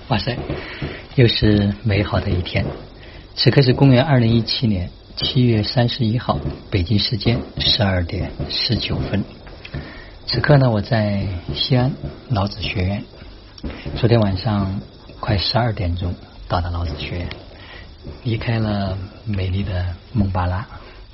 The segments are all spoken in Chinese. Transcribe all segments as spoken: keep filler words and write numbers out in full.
哇塞，又是美好的一天。此刻是公元二零一七年七月三十一号，北京时间十二点十九分。此刻呢，我在西安老子学院。昨天晚上快十二点钟到达老子学院，离开了美丽的蒙巴拉，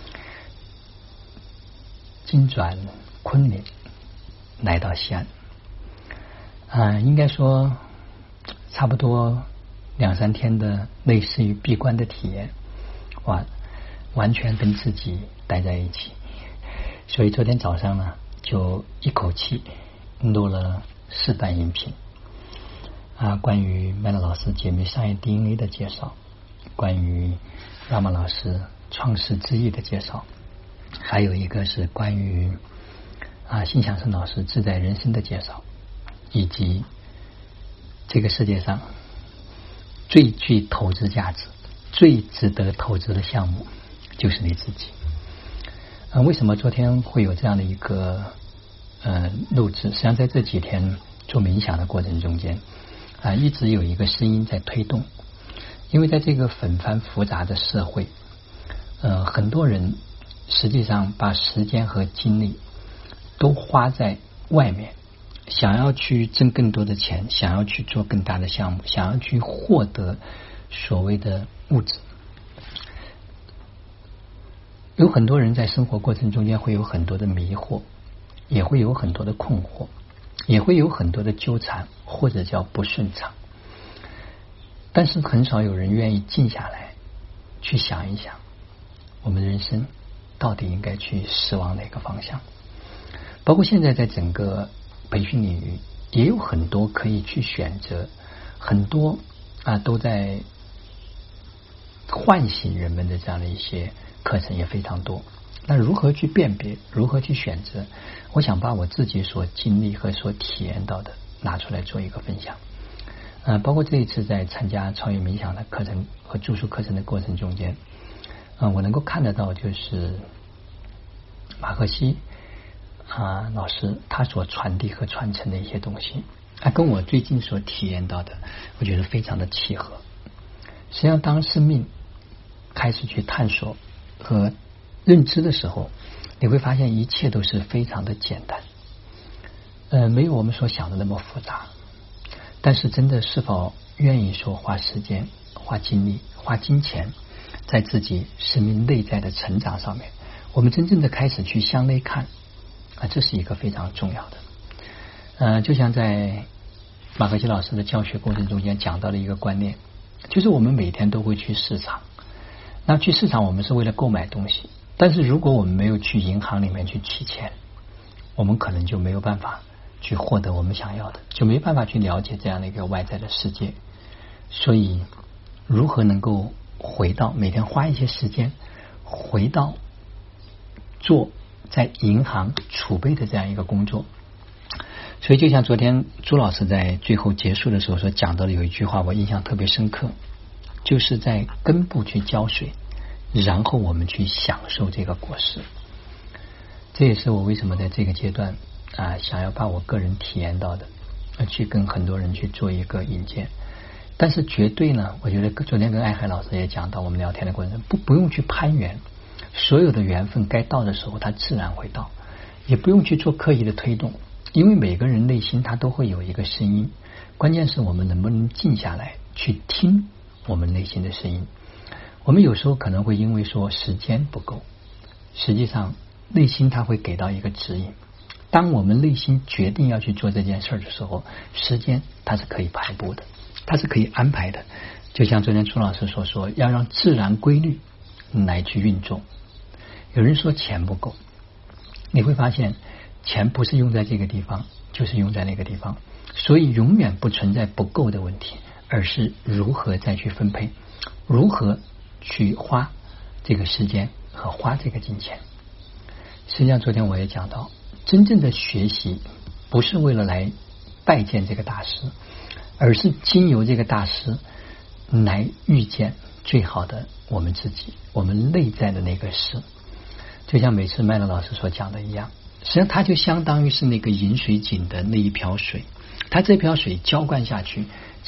经转昆明，来到西安。啊，应该说差不多两三天的类似于闭关的体验，哇，完全跟自己待在一起。所以昨天早上呢，就一口气录了四段音频啊，关于麦乐老师解密商业 D N A 的介绍，关于拉玛老师创世之意的介绍，还有一个是关于啊心想生老师自在人生的介绍，以及这个世界上最具投资价值、最值得投资的项目就是你自己。啊，为什么昨天会有这样的一个呃录制？实际上在这几天做冥想的过程中间啊，一直有一个声音在推动。因为在这个纷繁复杂的社会，呃，很多人实际上把时间和精力都花在外面，想要去挣更多的钱，想要去做更大的项目，想要去获得所谓的物质。有很多人在生活过程中间会有很多的迷惑，也会有很多的困惑，也会有很多的纠缠，或者叫不顺畅。但是很少有人愿意静下来去想一想，我们人生到底应该去驶往哪个方向。包括现在在整个培训领域也有很多可以去选择，很多啊都在唤醒人们的这样的一些课程也非常多。那如何去辨别，如何去选择，我想把我自己所经历和所体验到的拿出来做一个分享。呃，包括这一次在参加超越冥想的课程和住宿课程的过程中间，呃，我能够看得到就是马克西啊老师他所传递和传承的一些东西，他跟我最近所体验到的，我觉得非常的契合。实际上，当生命开始去探索和认知的时候，你会发现一切都是非常的简单，呃，没有我们所想的那么复杂。但是真的是否愿意说花时间、花精力、花金钱在自己生命内在的成长上面，我们真正的开始去向内看啊，这是一个非常重要的。呃，就像在马克西老师的教学过程中间讲到的一个观念，就是我们每天都会去市场，那去市场我们是为了购买东西，但是如果我们没有去银行里面去提钱，我们可能就没有办法去获得我们想要的，就没办法去了解这样的一个外在的世界。所以如何能够回到每天花一些时间回到做在银行储备的这样一个工作。所以就像昨天朱老师在最后结束的时候所讲到的有一句话我印象特别深刻，就是在根部去浇水，然后我们去享受这个果实。这也是我为什么在这个阶段啊，想要把我个人体验到的去跟很多人去做一个引荐。但是绝对呢，我觉得昨天跟爱海老师也讲到，我们聊天的过程中不不用去攀缘，所有的缘分该到的时候它自然会到，也不用去做刻意的推动，因为每个人内心他都会有一个声音，关键是我们能不能静下来去听我们内心的声音。我们有时候可能会因为说时间不够，实际上内心它会给到一个指引。当我们内心决定要去做这件事的时候，时间它是可以排布的，它是可以安排的。就像昨天朱老师所说，要让自然规律来去运作。有人说钱不够，你会发现钱不是用在这个地方就是用在那个地方，所以永远不存在不够的问题，而是如何再去分配，如何去花这个时间和花这个金钱。实际上昨天我也讲到，真正的学习不是为了来拜见这个大师，而是经由这个大师来遇见最好的我们自己，我们内在的那个师。就像每次麦乐老师所讲的一样，实际上它就相当于是那个饮水井的那一瓢水，它这瓢水浇灌下去，实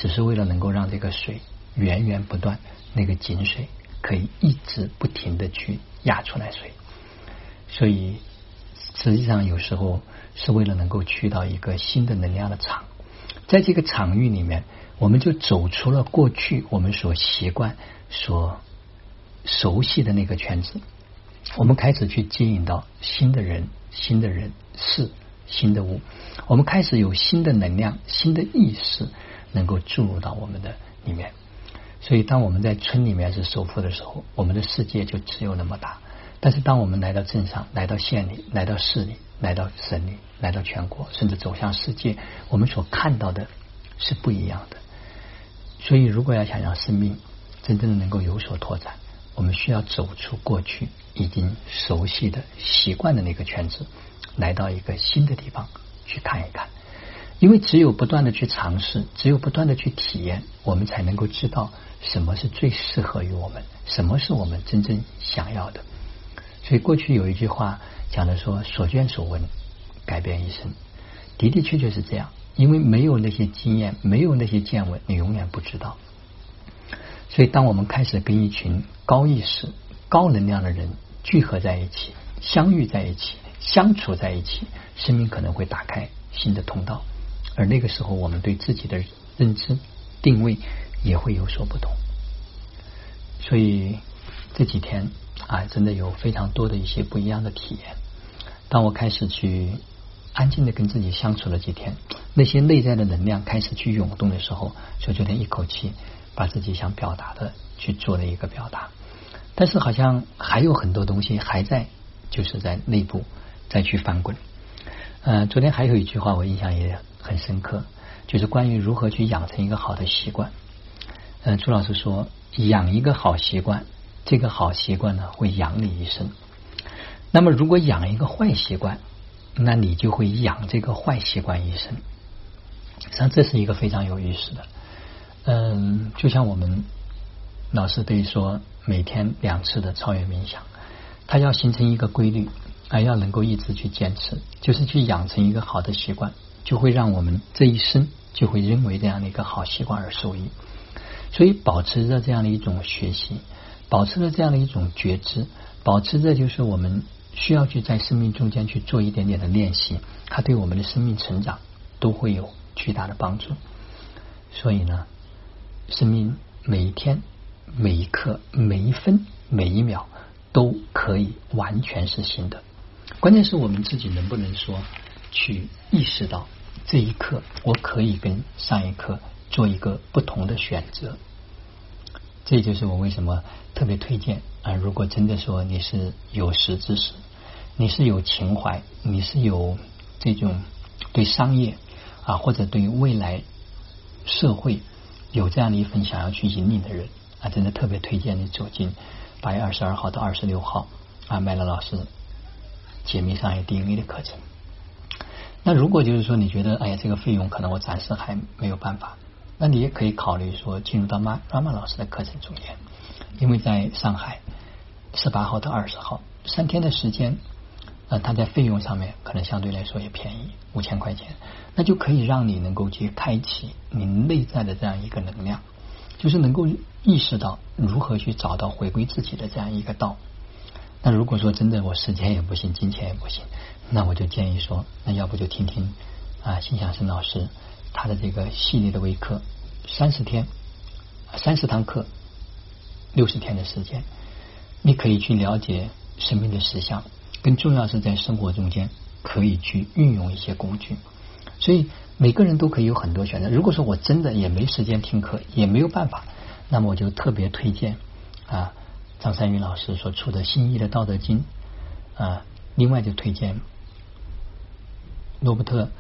只是为了能够让这个水源源不断，那个井水可以一直不停的去压出来水。所以实际上有时候是为了能够去到一个新的能量的场，在这个场域里面，我们就走出了过去我们所习惯所熟悉的那个圈子，我们开始去接引到新的人、新的人事、新的物，我们开始有新的能量、新的意识能够注入到我们的里面。所以当我们在村里面是首富的时候，我们的世界就只有那么大。但是当我们来到镇上、来到县里、来到市里、来到省里、来到全国，甚至走向世界，我们所看到的是不一样的。所以如果要想让生命真正的能够有所拓展，我们需要走出过去已经熟悉的习惯的那个圈子，来到一个新的地方去看一看。因为只有不断的去尝试，只有不断的去体验，我们才能够知道什么是最适合于我们，什么是我们真正想要的。所以过去有一句话讲的说，所见所闻改变一生，的的确确是这样。因为没有那些经验，没有那些见闻，你永远不知道。所以当我们开始跟一群高意识、高能量的人聚合在一起，相遇在一起，相处在一起，生命可能会打开新的通道，而那个时候我们对自己的认知定位也会有所不同。所以这几天啊，真的有非常多的一些不一样的体验。当我开始去安静的跟自己相处了几天，那些内在的能量开始去涌动的时候，就昨天一口气把自己想表达的去做了一个表达。但是好像还有很多东西还在，就是在内部再去翻滚。呃，昨天还有一句话我印象也很深刻，就是关于如何去养成一个好的习惯。呃，朱老师说，养一个好习惯，这个好习惯呢会养你一生。那么如果养一个坏习惯，那你就会养这个坏习惯一生。实际上这是一个非常有意思的。嗯，就像我们老师对说每天两次的超越冥想，它要形成一个规律，而要能够一直去坚持，就是去养成一个好的习惯，就会让我们这一生就会因为这样的一个好习惯而受益。所以保持着这样的一种学习，保持着这样的一种觉知，保持着就是我们需要去在生命中间去做一点点的练习，它对我们的生命成长都会有巨大的帮助。所以呢，生命每一天、每一刻、每一分、每一秒都可以完全是新的。关键是我们自己能不能说去意识到这一刻我可以跟上一刻做一个不同的选择。这就是我为什么特别推荐啊！如果真的说你是有识之士，你是有情怀，你是有这种对商业啊或者对未来社会有这样的一份想要去引领的人啊，真的特别推荐你走进八月二十二号到二十六号啊麦乐老师解密商业 D N A 的课程。那如果就是说你觉得哎呀这个费用可能我暂时还没有办法，那你也可以考虑说进入到马拉玛老师的课程中间，因为在上海十八号到二十号三天的时间，呃，它在费用上面可能相对来说也便宜，五千块钱，那就可以让你能够去开启你内在的这样一个能量，就是能够意识到如何去找到回归自己的这样一个道。那如果说真的我时间也不行，金钱也不行，那我就建议说，那要不就听听啊心想生老师他的这个系列的微课，三十天三十堂课六十天的时间，你可以去了解生命的实相，更重要是在生活中间可以去运用一些工具。所以每个人都可以有很多选择。如果说我真的也没时间听课，也没有办法，那么我就特别推荐啊张三云老师所出的新译的道德经啊，另外就推荐罗伯特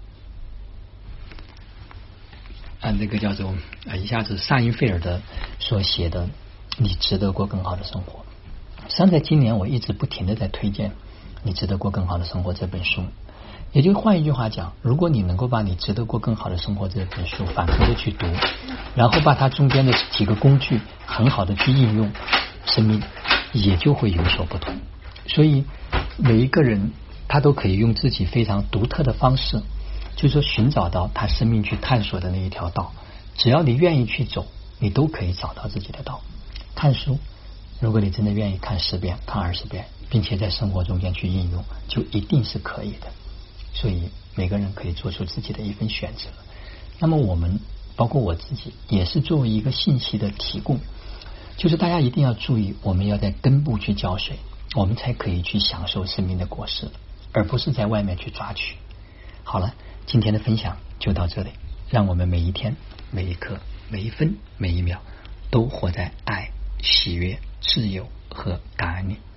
啊那个叫做啊一下子萨因费尔德所写的你值得过更好的生活。实际上在今年我一直不停的在推荐你值得过更好的生活这本书。也就换一句话讲，如果你能够把你值得过更好的生活这本书反复的去读，然后把它中间的几个工具很好的去应用，生命也就会有所不同。所以每一个人他都可以用自己非常独特的方式，就是说寻找到他生命去探索的那一条道， 只要你愿意去走，你都可以找到自己的道。看书，如果你真的愿意看十遍、看二十遍，并且在生活中间去应用，就一定是可以的。所以每个人可以做出自己的一份选择。那么我们包括我自己也是作为一个信息的提供，就是大家一定要注意，我们要在根部去浇水，我们才可以去享受生命的果实，而不是在外面去抓取。好了，今天的分享就到这里，让我们每一天、每一刻、每一分、每一秒都活在爱、喜悦、自由和感恩里。